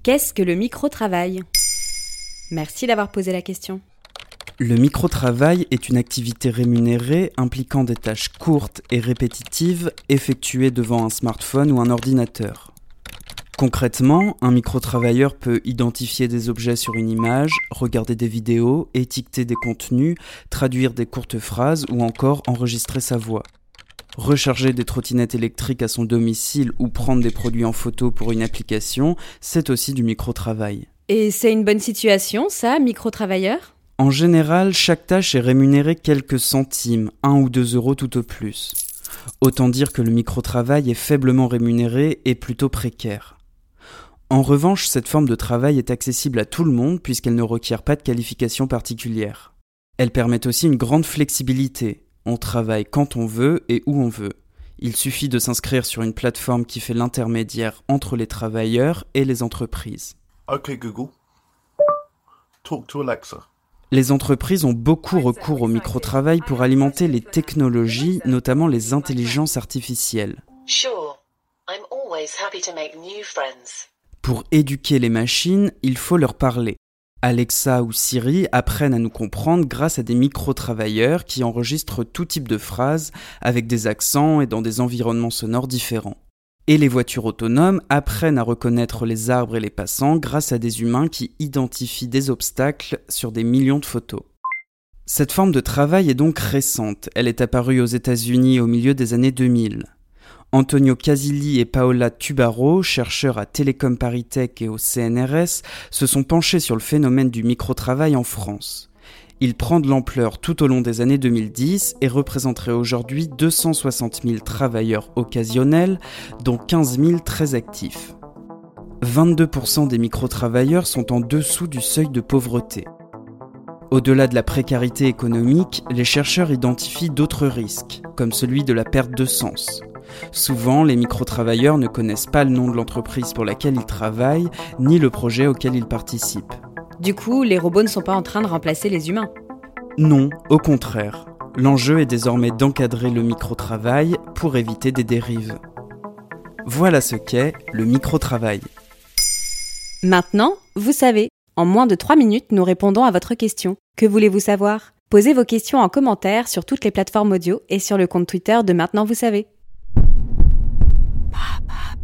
Qu'est-ce que le micro-travail ? Merci d'avoir posé la question. Le micro-travail est une activité rémunérée impliquant des tâches courtes et répétitives effectuées devant un smartphone ou un ordinateur. Concrètement, un micro-travailleur peut identifier des objets sur une image, regarder des vidéos, étiqueter des contenus, traduire des courtes phrases ou encore enregistrer sa voix. Recharger des trottinettes électriques à son domicile ou prendre des produits en photo pour une application, c'est aussi du micro-travail. Et c'est une bonne situation, ça, micro-travailleur ? En général, chaque tâche est rémunérée quelques centimes, 1 ou 2 euros tout au plus. Autant dire que le micro-travail est faiblement rémunéré et plutôt précaire. En revanche, cette forme de travail est accessible à tout le monde puisqu'elle ne requiert pas de qualification particulière. Elle permet aussi une grande flexibilité. On travaille quand on veut et où on veut. Il suffit de s'inscrire sur une plateforme qui fait l'intermédiaire entre les travailleurs et les entreprises. OK Google, talk to Alexa. Les entreprises ont beaucoup recours au micro-travail pour alimenter les technologies, notamment les intelligences artificielles. Sure, I'm always happy to make new friends. Pour éduquer les machines, il faut leur parler. Alexa ou Siri apprennent à nous comprendre grâce à des micro-travailleurs qui enregistrent tout type de phrases avec des accents et dans des environnements sonores différents. Et les voitures autonomes apprennent à reconnaître les arbres et les passants grâce à des humains qui identifient des obstacles sur des millions de photos. Cette forme de travail est donc récente. Elle est apparue aux États-Unis au milieu des années 2000. Antonio Casilli et Paola Tubaro, chercheurs à Télécom Paris-Tech et au CNRS, se sont penchés sur le phénomène du micro-travail en France. Il prend de l'ampleur tout au long des années 2010 et représenterait aujourd'hui 260 000 travailleurs occasionnels, dont 15 000 très actifs. 22% des micro-travailleurs sont en dessous du seuil de pauvreté. Au-delà de la précarité économique, les chercheurs identifient d'autres risques, comme celui de la perte de sens. Souvent, les micro-travailleurs ne connaissent pas le nom de l'entreprise pour laquelle ils travaillent, ni le projet auquel ils participent. Du coup, les robots ne sont pas en train de remplacer les humains. Non, au contraire. L'enjeu est désormais d'encadrer le micro-travail pour éviter des dérives. Voilà ce qu'est le micro-travail. Maintenant, vous savez. En moins de 3 minutes, nous répondons à votre question. Que voulez-vous savoir ? Posez vos questions en commentaire sur toutes les plateformes audio et sur le compte Twitter de Maintenant Vous savez.